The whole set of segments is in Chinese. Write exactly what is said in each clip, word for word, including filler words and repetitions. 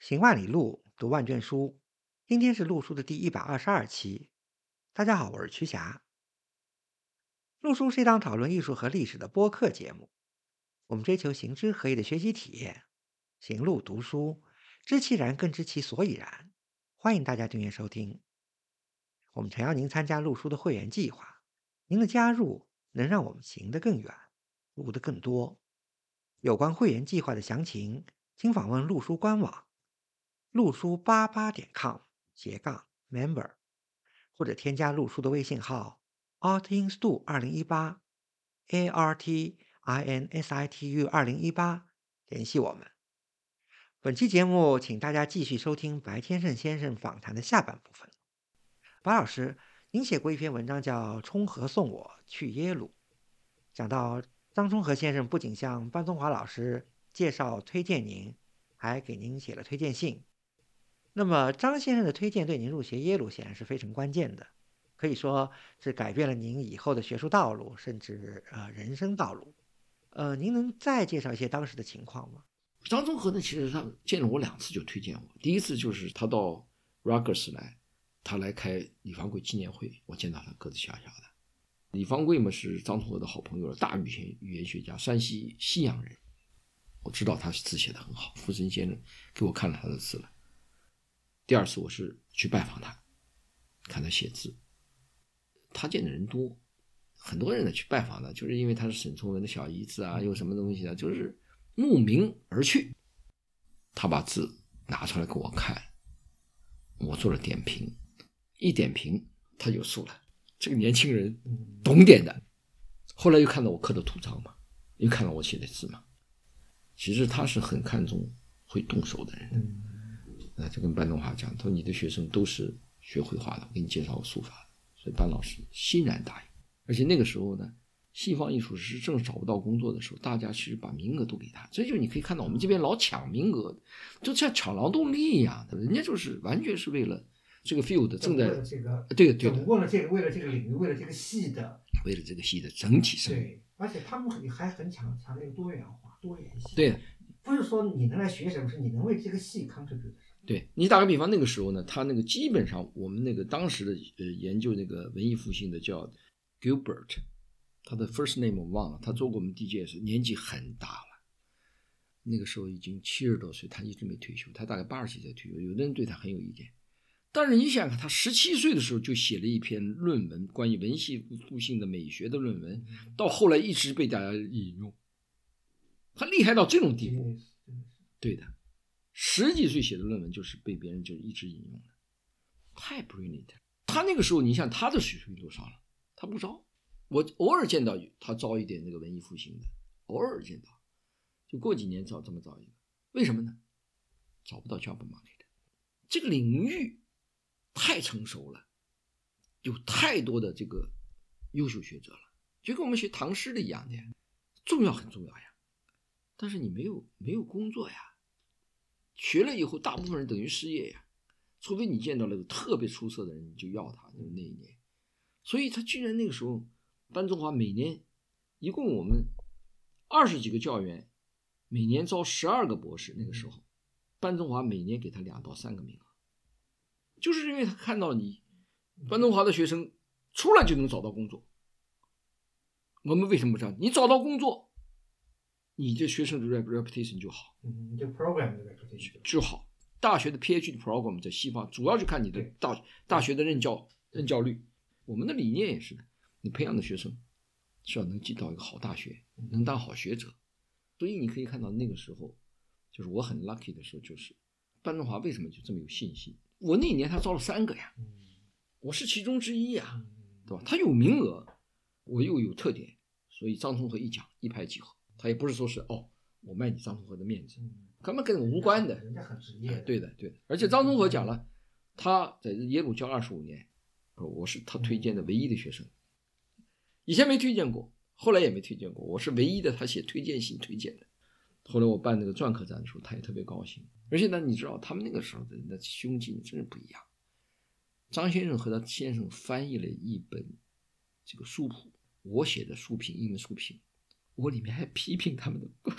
行万里路，读万卷书。今天是陆书的第一百二十二期。大家好，我是瞿霞。陆书是一档讨论艺术和历史的播客节目。我们追求行知合一的学习体验，行路读书，知其然更知其所以然。欢迎大家订阅收听。我们诚邀您参加陆书的会员计划，您的加入能让我们行得更远，读得更多。有关会员计划的详情，请访问陆书官网。陆书八八点 com 斜杠 member， 或者添加陆书的微信号 artinstu 二零一八 a r t i n s i t u 二零一八联系我们。本期节目，请大家继续收听白天胜先生访谈的下半部分。白老师，您写过一篇文章叫《冲和送我去耶鲁》，讲到张充和先生不仅向班宗华老师介绍推荐您，还给您写了推荐信。那么张先生的推荐对您入学耶鲁显然是非常关键的，可以说是改变了您以后的学术道路，甚至呃人生道路。呃，您能再介绍一些当时的情况吗？ 张忠和呢，其实他见了我两次就推荐我。第一次就是他到 Rutgers 来，他来开李方贵纪念会，我见到他个子小小的。李方贵嘛是张忠和的好朋友了，大语言语言学家，山西西阳人。我知道他字写得很好，傅森先生给我看了他的字了。第二次我是去拜访他，看他写字。他见的人多，很多人呢去拜访他，就是因为他是沈从文的小姨子啊，有什么东西啊，就是慕名而去。他把字拿出来给我看，我做了点评，一点评他就输了。这个年轻人懂点的。后来又看到我刻的图章嘛，又看到我写的字嘛，其实他是很看重会动手的人的。那就跟班东华讲，他说你的学生都是学绘画的，我给你介绍个书法的，所以班老师欣然答应。而且那个时候呢，西方艺术师正找不到工作的时候，大家其实把名额都给他，所以就你可以看到我们这边老抢名额，就像抢劳动力一样的，人家就是完全是为了这个 field 正在这个对对为了这个为了这个领域，为了这个系的， 为了这个系的整体生对，而且他们还很强强调多元化、多元性。 对， 不是说你能来学什么，是你能为这个系 contribute。 对，你打个比方，那个时候呢，他那个基本上我们那个当时的呃研究那个文艺复兴的叫 Gilbert， 他的 first name 我忘了，他做过我们第一届时年纪很大了，那个时候已经七十多岁，他一直没退休，他大概八十几才退休，有的人对他很有意见。但是你想想，他十七岁的时候就写了一篇论文，关于文艺复兴的美学的论文，到后来一直被大家引用，他厉害到这种地步。对的，十几岁写的论文就是被别人就一直引用的，太 brilliant。他那个时候，你像他的水平多少了？他不招，我偶尔见到他招一点那个文艺复兴的，偶尔见到，就过几年招这么招一个，为什么呢？找不到 job market， 这个领域太成熟了，有太多的这个优秀学者了，就跟我们学唐诗的一样的，重要很重要呀，但是你没有没有工作呀。学了以后，大部分人等于失业呀，除非你见到了个特别出色的人，你就要他。就那一年，所以他居然那个时候，班中华每年一共我们二十几个教员，每年招十二个博士。那个时候，班中华每年给他两到三个名额，就是因为他看到你班中华的学生出来就能找到工作。我们为什么这样？你找到工作，你这学生的 reputation 就好， 嗯，就 program 的 reputation 就好。大学的 PhD program 在西方主要就看你的大大学的任教任教率。我们的理念也是的，你培养的学生是要能进到一个好大学，能当好学者。所以你可以看到那个时候，就是我很 lucky 的时候，就是班中华为什么就这么有信心？我那一年他招了三个呀，我是其中之一呀，对吧？他有名额，我又有特点，所以张充和一讲一拍即合。他也不是说是哦，我卖你张充和的面子，根本跟我无关的。 人家很职业、哎。 对的，对的。而且张充和讲了，他在耶鲁教二十五年，我是他推荐的唯一的学生，以前没推荐过，后来也没推荐过，我是唯一的他写推荐信推荐的。后来我办那个篆刻展的时候，他也特别高兴。而且呢，你知道他们那个时候的人的胸襟真是不一样。张先生和他先生翻译了一本这个书谱，我写的书评，英文书评，我里面还批评他们的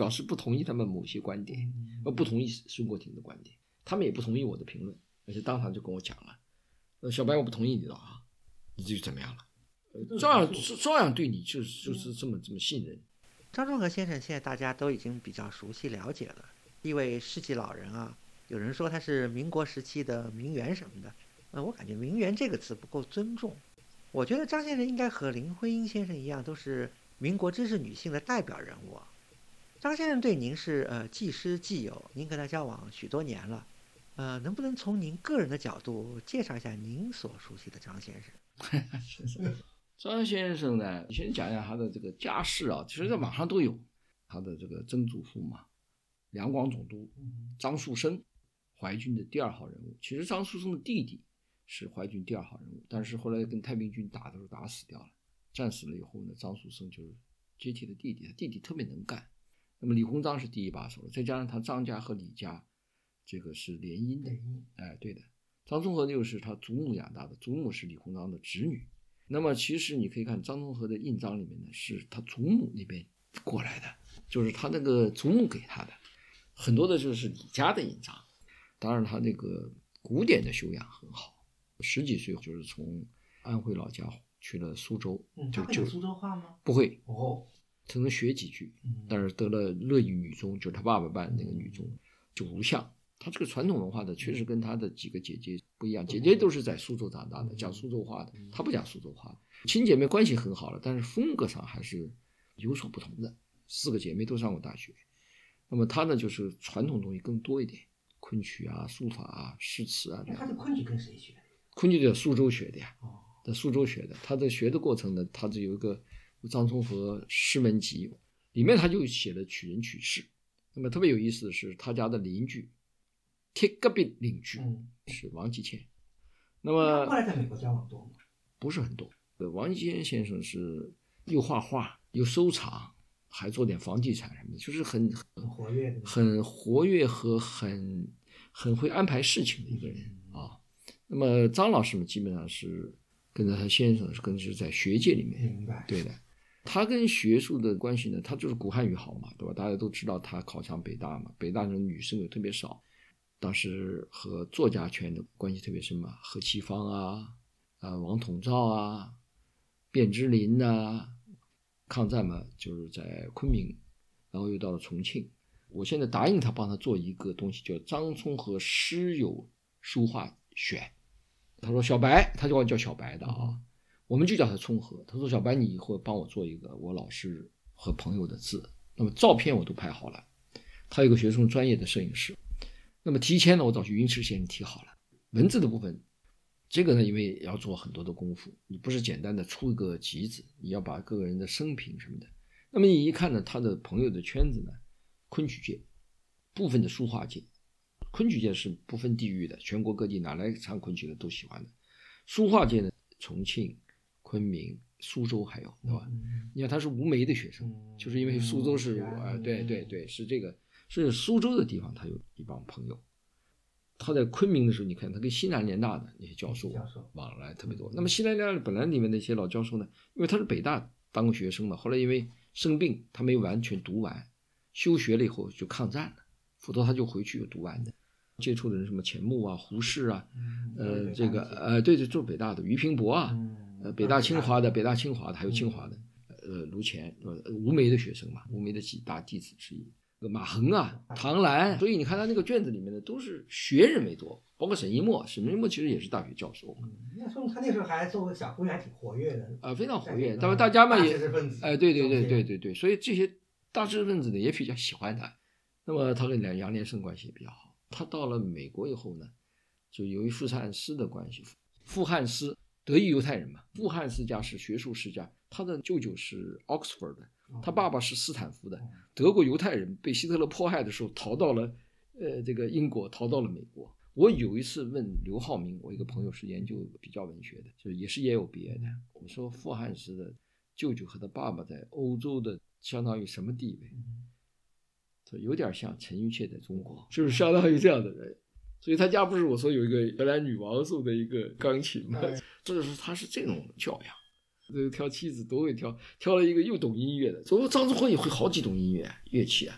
表示不同意他们某些观点，呃，不同意孙国庭的观点，他们也不同意我的评论，而且当场就跟我讲了，呃，小白我不同意你的啊，你就怎么样了？呃、照样照样对你就是就是这么这么信任。 张忠和先生现在大家都已经比较熟悉了解了，一位世纪老人啊，有人说他是民国时期的名媛什么的，呃，我感觉名媛这个词不够尊重。我觉得张先生应该和林徽因先生一样，都是民国知识女性的代表人物。张先生对您是呃既师既友，您跟他交往许多年了，呃，能不能从您个人的角度介绍一下您所熟悉的张先生？ 张先生呢，先讲一下他的这个家世啊，其实在网上都有，他的这个曾祖父嘛，两广总督张树声，淮军的第二号人物。其实张树声的弟弟是淮军第二号人物，但是后来跟太平军打的时候打死掉了，战死了以后呢，张树声就是接替了弟弟，他弟弟特别能干。那么李鸿章是第一把手了，再加上他张家和李家这个是联姻的，哎，对的。张宗和又是他祖母养大的，祖母是李鸿章的侄女。那么其实你可以看张宗和的印章里面呢，是他祖母那边过来的，就是他那个祖母给他的，很多的就是李家的印章。当然他那个古典的修养很好，十几岁就是从安徽老家去了苏州。 嗯， 就他会苏州话吗？ 不会哦， 他能学几句，但是得了乐意女中，就是他爸爸办那个女中，就无相。他这个传统文化的确实跟他的几个姐姐不一样，姐姐都是在苏州长大的，讲苏州话的，他不讲苏州话。亲姐妹关系很好了，但是风格上还是有所不同的。四个姐妹都上过大学，那么他呢就是传统东西更多一点，昆曲啊、书法啊、诗词啊。 他的昆曲跟谁学的？ 昆曲在苏州学的呀，在苏州学的。他在学的过程呢，他就有一个张宗和诗门集，里面他就写了曲人曲事。那么特别有意思的是，他家的邻居贴隔壁邻居是王继谦。那么后来在美国交往多吗？ 不是很多。王继谦先生是又画画又收藏，还做点房地产什么的，就是很很活跃的， 很活跃和很很会安排事情的一个人啊。那么张老师们基本上是跟着他先生是跟着在学界里面， 明白？ 对的。他跟学术的关系呢，他就是古汉语好嘛，对吧？大家都知道他考上北大嘛，北大的女生又特别少，当时和作家圈的关系特别深嘛，何其芳啊，啊王统照啊，卞之琳呐，抗战嘛就是在昆明，然后又到了重庆。我现在答应他帮他做一个东西，叫张聪和诗友书画选。他说小白，他就管叫小白的啊，我们就叫他聪和。他说小白，你以后帮我做一个我老师和朋友的字，那么照片我都拍好了，他有个学生专业的摄影师，那么提前呢我找去云池先生提好了文字的部分。这个呢因为要做很多的功夫，你不是简单的出一个集子，你要把各个人的生平什么的。那么你一看呢，他的朋友的圈子呢，昆曲界，部分的书画界，昆曲界是不分地域的，全国各地哪来唱昆曲的都喜欢的。书画界呢，重庆、昆明、苏州还有，对吧？嗯、你看他是吴梅的学生，嗯、就是因为苏州是啊、嗯呃，对对对，是这个是苏州的地方，他有一帮朋友。他在昆明的时候，你看他跟西南联大的那些教授往来特别多。那么西南联大本来里面那些老教授呢，因为他是北大当过学生嘛，后来因为生病，他没完全读完，休学了以后就抗战了，否则他就回去有读完的。接触的人什么钱穆啊、胡适啊，呃，这个呃，对对，做北大的俞平伯啊，呃，北大清华的、北大清华的，还有清华的，呃，卢钱，呃，吴梅的学生嘛，吴梅的几大弟子之一。马衡啊，唐兰，所以你看他那个卷子里面的都是学人为多，包括沈一墨，沈一墨其实也是大学教授。 嗯，那说明他那时候还作为小姑娘还挺活跃的啊、 呃，非常活跃。但是大家嘛也，哎、呃，对对对对对对，所以这些大知识分子呢也比较喜欢他。那么他跟梁杨连胜关系也比较好。他到了美国以后呢，就由于傅汉思的关系，傅汉思德裔犹太人嘛，傅汉思家是学术世家，他的舅舅是 Oxford 的。他爸爸是斯坦福的，德国犹太人被希特勒迫害的时候逃到了呃这个英国，逃到了美国。我有一次问刘浩明，我一个朋友是研究比较文学的，就也是也有别的，我说傅汉思的舅舅和他爸爸在欧洲的相当于什么地位？说有点像陈寅恪在中国，就是相当于这样的人。所以他家不是我说有一个荷兰女王送的一个钢琴吗？这就是他是这种教养。这个挑妻子都会挑，挑了一个又懂音乐的。所以张宗和也会好几种音乐乐器啊，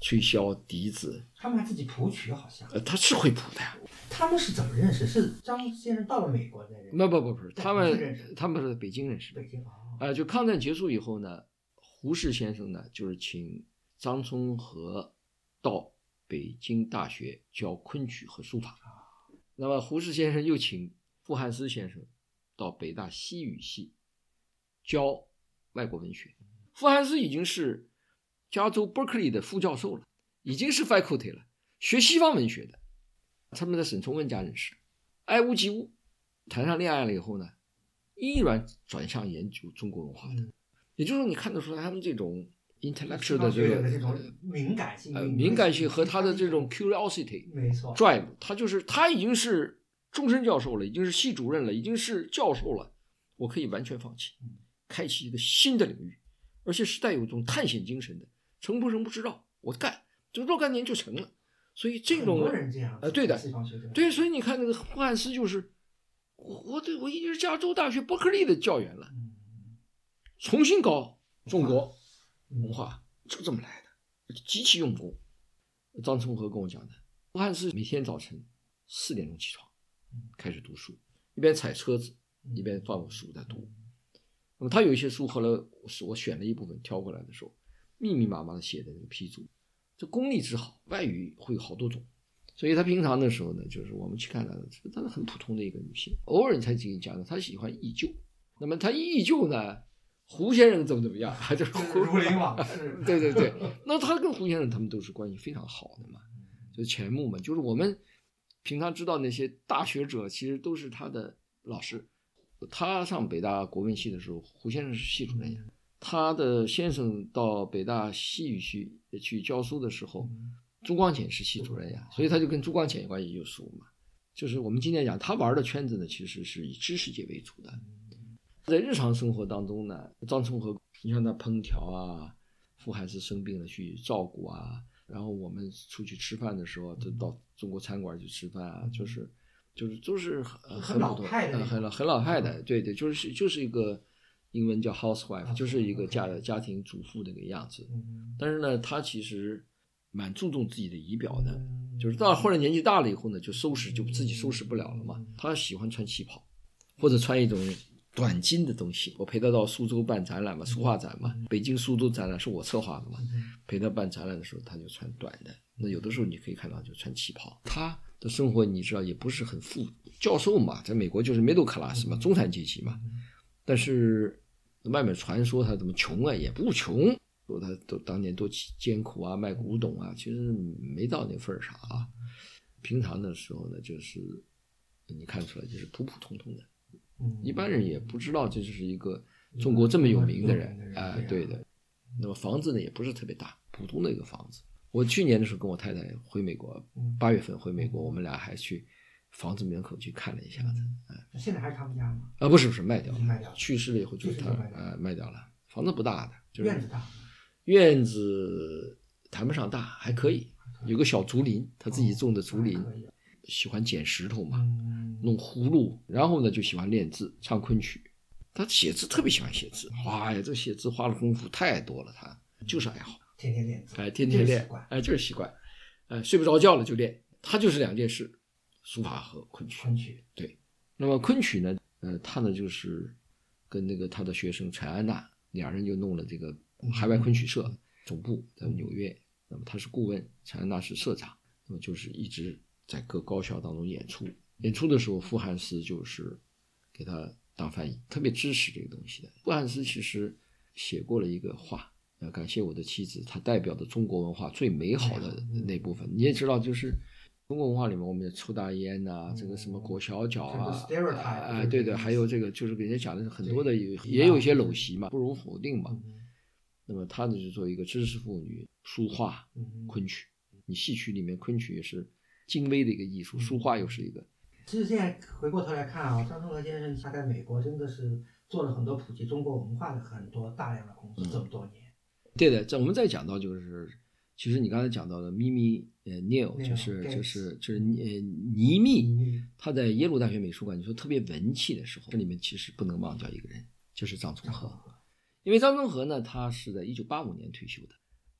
吹箫、笛子， 他们还自己谱曲，好像。 呃，他是会谱的呀。 他们是怎么认识？是张先生到了美国再认识？ 不不不不是，他们他们是在北京认识的。 北京啊。 呃，就抗战结束以后呢，胡适先生呢就是请张充和到北京大学教昆曲和书法。那么胡适先生又请傅汉思先生到北大西语系教外国文学。傅汉思已经是加州 Berkeley 的副教授了，已经是 faculty 了，学西方文学的。他们在沈从文家认识，爱屋及乌，谈上恋爱了以后呢，依然转向研究中国文化的。也就是说，你看得出来他们这种 intellectual 的这个这种敏感性， 呃，敏感性和他的这种 curiosity， 没错 ，drive， 他就是他已经是终身教授了，已经是系主任了，已经是教授了，我可以完全放弃，开启一个新的领域，而且是带有一种探险精神的，成不成不知道，我干，就若干年就成了。所以这种很多人这样， 呃，对的，对，所以你看那个傅汉思就是，我对我已经是加州大学伯克利的教员了，重新搞中国文化，就这么来的，极其用功。张充和跟我讲的，傅汉思每天早晨四点钟起床，开始读书，一边踩车子，一边放书在读。那么他有一些书，后来是我选了一部分挑过来的时候，密密麻麻的写的那个批注。这功力之好，外语会有好多种，所以他平常的时候呢，就是我们去看他的，她是很普通的一个女性。偶尔你才给你讲的，她喜欢忆旧。那么她忆旧呢，胡先生怎么怎么样，就是如临往事。 对对对，那他跟胡先生他们都是关系非常好的嘛，就是钱穆嘛，就是我们平常知道那些大学者，其实都是他的老师。他上北大国文系的时候，胡先生是系主任呀。他的先生到北大西语系去教书的时候，朱光潜是系主任呀，所以他就跟朱光潜关系就熟嘛。就是我们今天讲他玩的圈子呢，其实是以知识界为主的。在日常生活当中呢，张充和你像他烹调啊，傅汉思生病了去照顾啊，然后我们出去吃饭的时候，都到中国餐馆去吃饭啊，就是就是都是很很老派的， 很老很老派的，对对，就是就是一个。英文叫 housewife， 就是一个家家庭主妇那个样子。但是呢，她其实蛮注重自己的仪表的，就是到后来年纪大了以后呢，就收拾就自己收拾不了了嘛。她喜欢穿旗袍，或者穿一种短襟的东西。我陪她到苏州办展览嘛，书画展嘛，北京苏州展览是我策划的嘛。陪她办展览的时候，她就穿短的。那有的时候你可以看到就穿旗袍。她的生活你知道也不是很富，教授嘛，在美国就是 middle class 嘛，中产阶级嘛。但是外面传说他怎么穷啊，也不穷，说他都当年多艰苦啊，卖古董啊，其实没到那份上啊。平常的时候呢，就是你看出来就是普普通通的，一般人也不知道这就是一个中国这么有名的人啊、呃，对的。那么房子呢也不是特别大，普通的一个房子。我去年的时候跟我太太回美国，八月份回美国，我们俩还去房子门口去看了一下子。 嗯、现在还是他们家吗？ 啊，不是不是，卖掉了， 卖掉了， 去世了以后就是他呃卖掉了。房子不大的，就是院子大， 院子谈不上大，还可以，有个小竹林，他自己种的竹林，哦、喜欢捡石头嘛，嗯、弄葫芦，然后呢就喜欢练字，唱昆曲。他写字特别喜欢写字，哇呀，这写字花的功夫太多了，他就是爱好， 天天练字， 哎，天天练，哎，就是习惯，哎，睡不着觉了就练，他就是两件事。书法和昆曲， 昆曲对。那么昆曲呢，呃，他呢就是跟那个他的学生陈安娜两人就弄了这个海外昆曲社总部在纽约，那么他是顾问，陈安娜是社长，那么就是一直在各高校当中演出。演出的时候，傅汉思就是给他当翻译，特别支持这个东西的。傅汉思其实写过了一个话，要感谢我的妻子，她代表的中国文化最美好的那部分。你也知道，就是中国文化里面，我们的抽大烟呐、啊嗯，这个什么裹小脚啊，啊、呃，对的，还有这个就是给人家讲的很多的，也有一些陋习嘛，不容否定嘛。嗯、那么他呢，就作为一个知识妇女，书画、昆曲，你戏曲里面昆曲也是精微的一个艺术，书画又是一个。 其实现在回过头来看啊，张充和先生他在美国真的是做了很多普及中国文化的很多大量的工作，嗯、这么多年。 对的，这我们再讲到就是。其实你刚才讲到的咪咪呃 Neil 就是就是就是呃倪密，他在耶鲁大学美术馆，你说特别文气的时候，这里面其实不能忘掉一个人，就是张充和。因为张充和呢，他是在一九八五年退休的，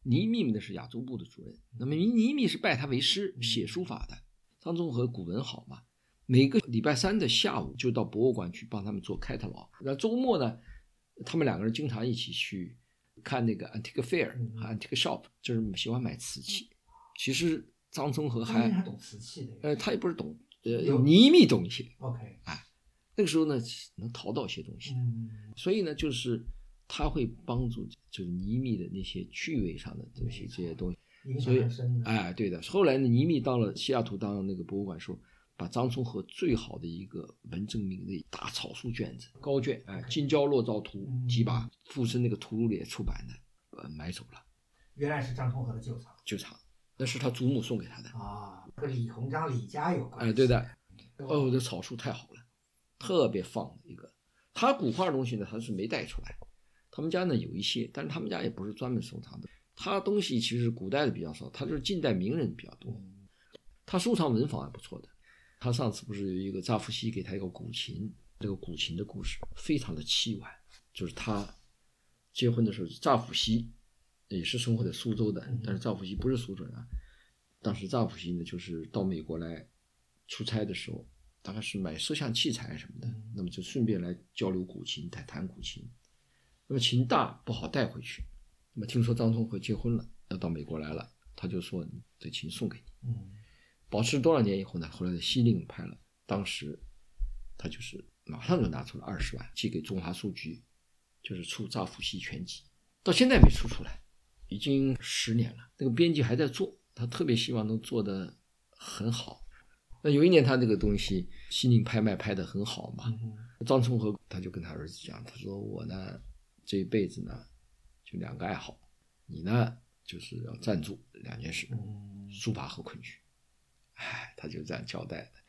倪密呢是雅族部的主任，那么倪密是拜他为师，写书法的。张宗和古文好嘛，每个礼拜三的下午就到博物馆去帮他们做 catalog。那周末呢，他们两个人经常一起去看那个 antique fair 和 antique shop， 就是喜欢买瓷器。其实张宗和还还懂瓷器的， 呃，他也不是懂，呃，倪密懂一些。 OK， 哎，那个时候呢，能淘到一些东西， 嗯， 所以呢，就是他会帮助就是倪密的那些趣味上的东西，这些东西。 影所以响很深的。 哎，对的。后来呢，倪密到了西雅图当那个博物馆时候，把张宗和最好的一个文征明的大草书卷子高卷，哎，金焦落照图几把，附身那个图录里出版的，呃，买走了。 原来是张宗和的旧藏， 旧藏，那是他祖母送给他的啊，和李鸿章李家有关系。 哎，对的。哦，这草书太好了，特别放的一个。他古画的东西呢，他是没带出来。他们家呢有一些，但是他们家也不是专门收藏的。他东西其实古代的比较少，他就是近代名人比较多。他收藏文房还不错的。他上次不是有一个扎夫西给他一个古琴，这个古琴的故事非常的凄婉，就是他结婚的时候，扎夫西也是生活在苏州的，但是扎夫西不是苏州人啊。当时扎夫西呢，就是到美国来出差的时候，大概是买摄像器材什么的，那么就顺便来交流古琴，弹弹古琴。那么琴大不好带回去，那么听说张宗和结婚了，要到美国来了，他就说这琴送给你。 嗯， 保持多少年以后呢？后来的西令拍了，当时他就是马上就拿出了二十万寄给中华书局，就是出扎夫西全集，到现在没出出来，已经十年了。那个编辑还在做，他特别希望能做得很好。那有一年他这个东西西令拍卖拍得很好嘛， 嗯、 张宗和他就跟他儿子讲，他说我呢这一辈子呢就两个爱好，你呢就是要站住两件事，书法和昆曲。哎，他就这样交代的。